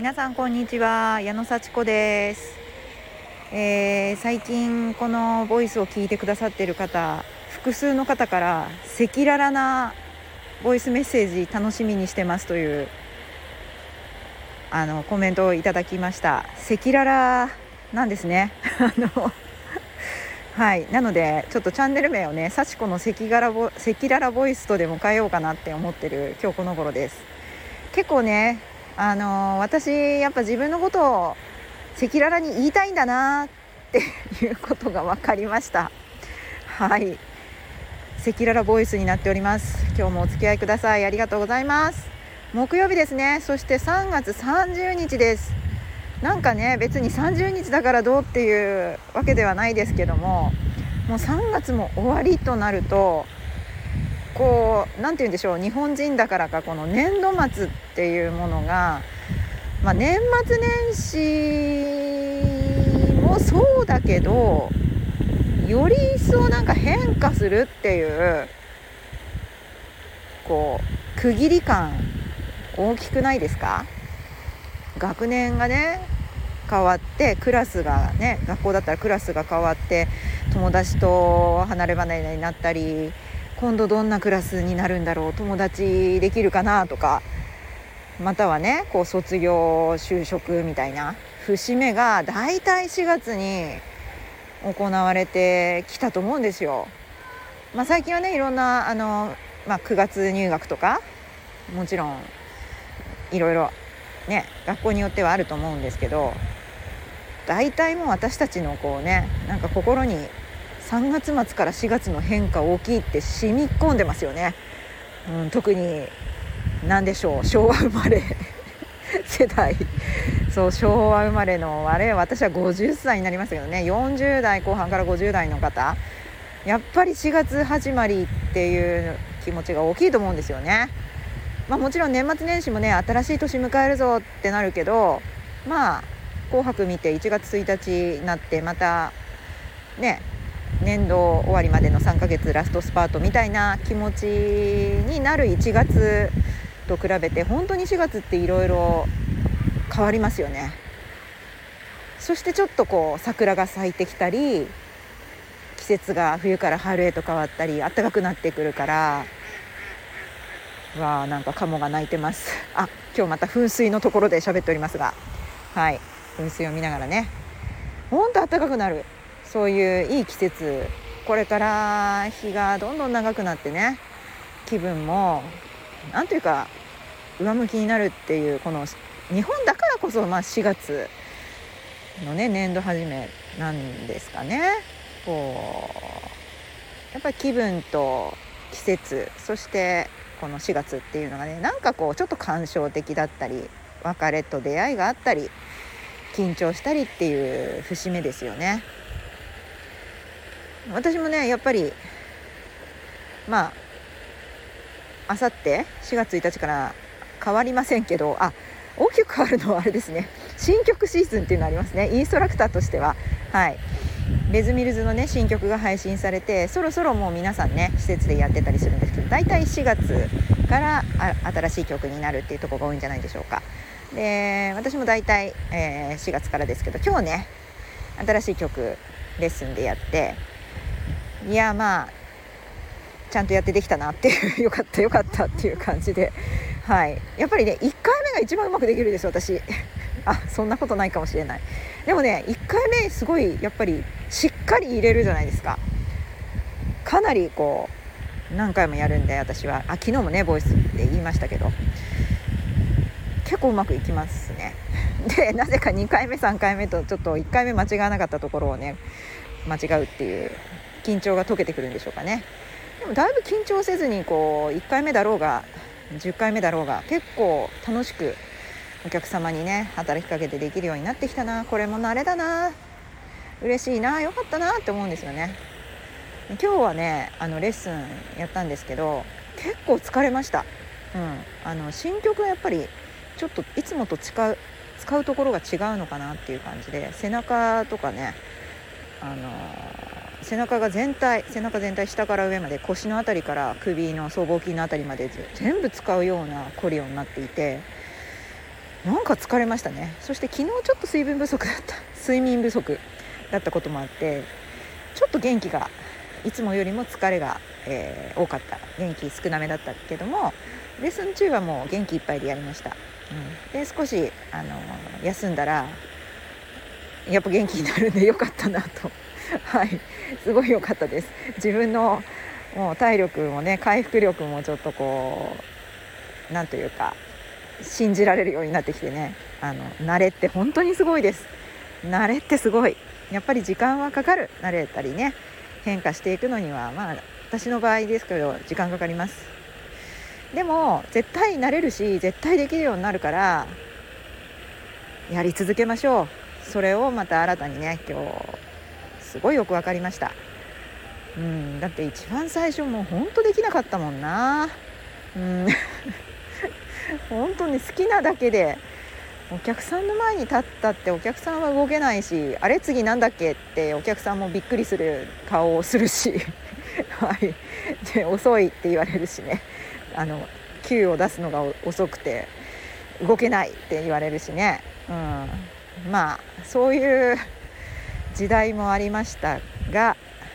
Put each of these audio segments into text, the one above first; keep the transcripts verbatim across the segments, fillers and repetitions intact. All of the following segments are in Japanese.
皆さんこんにちは、矢野幸子です。えー、最近このボイスを聞いてくださっている方、複数の方から赤裸々なボイスメッセージ楽しみにしてますというあのコメントをいただきました。赤裸々なんですねあのはい、なのでちょっとチャンネル名をね、幸子の赤裸々ボ、赤裸々ボイスとでも変えようかなって思ってる今日この頃です。結構ね、あのー、私やっぱ自分のことを赤裸々に言いたいんだなっていうことが分かりました。はい、赤裸々ボイスになっております。今日もお付き合いください。ありがとうございます。木曜日ですね。そしてさんがつさんじゅうにちです。なんかね、別にさんじゅうにちだからどうっていうわけではないですけども、もうさんがつも終わりとなると、こうなんて言うんでしょう、日本人だからかこの年度末っていうものが、まあ、年末年始もそうだけど、より一層なんか変化するっていうこう区切り感大きくないですか？学年がね変わって、クラスがね、学校だったらクラスが変わって友達と離れ離れになったり、今度どんなクラスになるんだろう、友達できるかなとか、またはねこう卒業就職みたいな節目がだいたいしがつに行われてきたと思うんですよ。まあ、最近はねいろんなあの、まあ、くがつ入学とかもちろんいろいろね学校によってはあると思うんですけど、大体もう私たちのこうね、なんか心にさんがつ末からしがつの変化大きいって染み込んでますよね。うん、特に何でしょう、昭和生まれ世代、そう昭和生まれのあれ、私はごじゅっさいになりましたけどね、よんじゅう代後半からごじゅう代の方、やっぱりしがつ始まりっていう気持ちが大きいと思うんですよね。まあ、もちろん年末年始もね、新しい年迎えるぞってなるけど、まあ紅白見ていちがつついたちになってまたね、年度終わりまでのさんかげつラストスパートみたいな気持ちになるいちがつと比べて、本当にしがつっていろいろ変わりますよね。そしてちょっとこう桜が咲いてきたり、季節が冬から春へと変わったり、暖かくなってくるから、わあ、なんかカモが鳴いてます。あ、今日また噴水のところで喋っておりますが、はい、噴水を見ながらね、ほんと暖かくなる、そういういい季節、これから日がどんどん長くなってね、気分もなんというか上向きになるっていう、この日本だからこそ、まあ、しがつのね年度始めなんですかね。こうやっぱり気分と季節、そしてこのしがつっていうのがね、なんかこうちょっと感傷的だったり、別れと出会いがあったり、緊張したりっていう節目ですよね。私もねやっぱりまああさってしがつついたちから変わりませんけど、あ、大きく変わるのはあれですね、新曲シーズンっていうのありますね。インストラクターとしては、はい、レズミルズのね新曲が配信されて、そろそろもう皆さんね施設でやってたりするんですけど、だいたいしがつから新しい曲になるっていうところが多いんじゃないでしょうか。で、私もだいたい、えー、しがつからですけど、今日ね新しい曲レッスンでやって、いやまあちゃんとやってできたなっていうよかったよかったっていう感じで、はい、やっぱりねいっかいめが一番うまくできるんです私あ、そんなことないかもしれない。でもねいっかいめすごいやっぱりしっかり入れるじゃないですか。かなりこう何回もやるんで、私はあ昨日もねボイスで言いましたけど、結構うまくいきますね。で、なぜかにかいめさんかいめとちょっといっかいめ間違わなかったところをね間違うっていう緊張が解けてくるんでしょうかね。でもだいぶ緊張せずにこういっかいめだろうがじゅっかいめだろうが、結構楽しくお客様にね働きかけてできるようになってきたな、これも慣れだな、嬉しいな、よかったなって思うんですよね。今日はねあのレッスンやったんですけど、結構疲れました。うん、あの新曲はやっぱりちょっといつもと使う使うところが違うのかなっていう感じで、背中とかね、あの背中が全体背中全体下から上まで、腰のあたりから首の僧帽筋のあたりまで全部使うようなコリオになっていて、 なんか疲れましたね。そして昨日ちょっと水分不足だった睡眠不足だったこともあって、ちょっと元気がいつもよりも疲れが、えー、多かった。元気少なめだったけども、レッスン中はもう元気いっぱいでやりました。うん、で少し、あのー、休んだらやっぱ元気になるんでよかったなとはい、すごい良かったです。自分のもう体力もね、回復力もちょっとこうなんというか信じられるようになってきてね、あの慣れって本当にすごいです。慣れってすごい。やっぱり時間はかかる。慣れたりね、変化していくのには、まあ私の場合ですけど時間かかります。でも絶対慣れるし、絶対できるようになるからやり続けましょう。それをまた新たにね、今日すごいよく分かりました。うん、だって一番最初もう本当できなかったもんな。うん本当に好きなだけで、お客さんの前に立ったってお客さんは動けないし、あれ次なんだっけってお客さんもびっくりする顔をするしはい、で遅いって言われるしね、あのキューを出すのが遅くて動けないって言われるしね、うん、まあそういう時代もありましたが、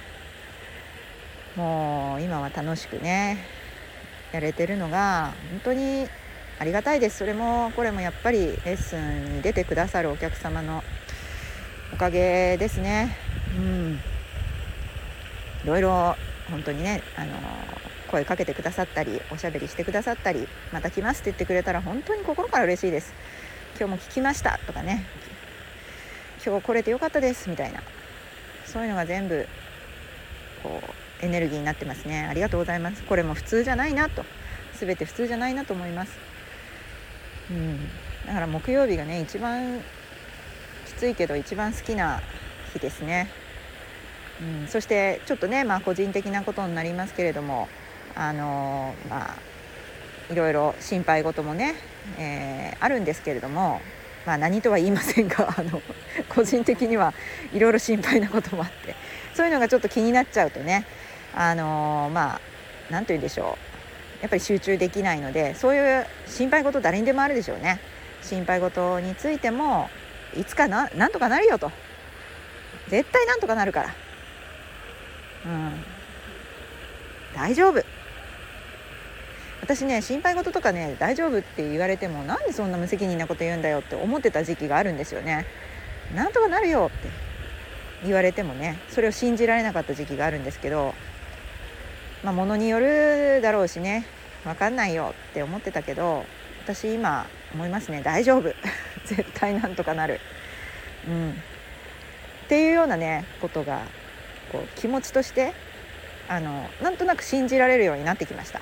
もう今は楽しくねやれてるのが本当にありがたいです。それもこれもやっぱりレッスンに出てくださるお客様のおかげですね。うん、いろいろ本当にね、あの声かけてくださったり、おしゃべりしてくださったり、また来ますって言ってくれたら本当に心から嬉しいです。今日も聞きましたとかね、今日来れてよかったですみたいな、そういうのが全部こうエネルギーになってますね。ありがとうございます。これも普通じゃないなと、全て普通じゃないなと思います。うん、だから木曜日がね一番きついけど一番好きな日ですね。うん、そしてちょっとね、まあ、個人的なことになりますけれども、あのー、まあいろいろ心配事もね、えー、あるんですけれども、まあ、何とは言いませんがあの個人的にはいろいろ心配なこともあって、そういうのがちょっと気になっちゃうとね、あのー、まあ何と言うんでしょう、やっぱり集中できないので、そういう心配事誰にでもあるでしょうね。心配事についてもいつかな、なんとかなるよと、絶対なんとかなるから、うん、大丈夫。私ね、心配事とかね大丈夫って言われても、なんでそんな無責任なこと言うんだよって思ってた時期があるんですよね。なんとかなるよって言われてもね、それを信じられなかった時期があるんですけど、まあ物によるだろうしね、分かんないよって思ってたけど、私今思いますね。大丈夫絶対なんとかなる、うん、っていうようなねことがこう気持ちとしてあのなんとなく信じられるようになってきました。うん、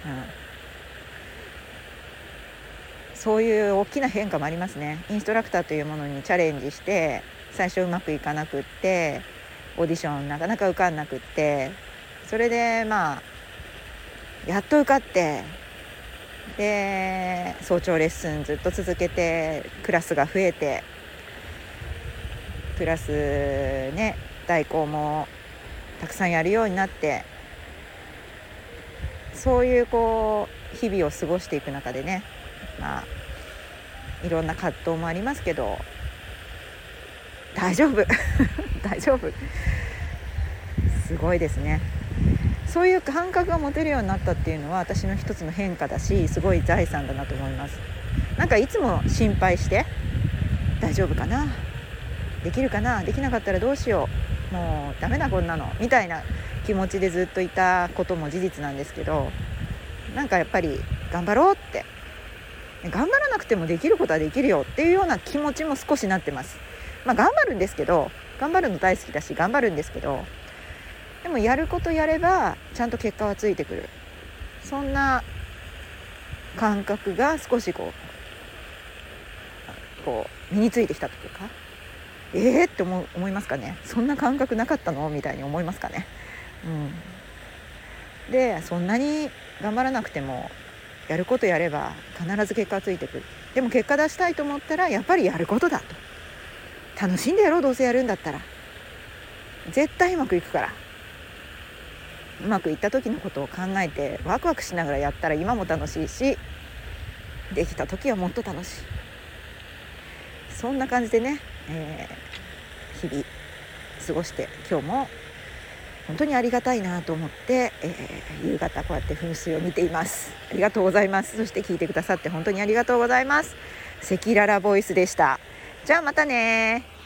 そういう大きな変化もありますね。インストラクターというものにチャレンジして、最初うまくいかなくって、オーディションなかなか受かんなくって、それでまあやっと受かって、で早朝レッスンずっと続けて、クラスが増えて、クラスね代行もたくさんやるようになって、そういうこう日々を過ごしていく中でね、まあいろんな葛藤もありますけど、大丈夫大丈夫、すごいですね。そういう感覚が持てるようになったっていうのは私の一つの変化だし、すごい財産だなと思います。なんかいつも心配して、大丈夫かな、できるかな、できなかったらどうしよう、もうダメだこんなのみたいな気持ちでずっといたことも事実なんですけど、なんかやっぱり頑張ろうって、頑張らなくてもできることはできるよっていうような気持ちも少しなってます。まあ頑張るんですけど、頑張るの大好きだし頑張るんですけど、でもやることやればちゃんと結果はついてくる、そんな感覚が少しこうこう身についてきたというか、えーって思う思いますかね。そんな感覚なかったのみたいに思いますかね。うん、でそんなに頑張らなくてもやることやれば必ず結果がついてくる。でも結果出したいと思ったらやっぱりやることだと、楽しんでやろう、どうせやるんだったら絶対うまくいくから、うまくいった時のことを考えてワクワクしながらやったら今も楽しいし、できた時はもっと楽しい。 そんな感じでね、えー、日々過ごして今日も本当にありがたいなと思って、えー、夕方こうやって噴水を見ています。ありがとうございます。そして聞いてくださって本当にありがとうございます。赤裸々ボイスでした。じゃあまたね。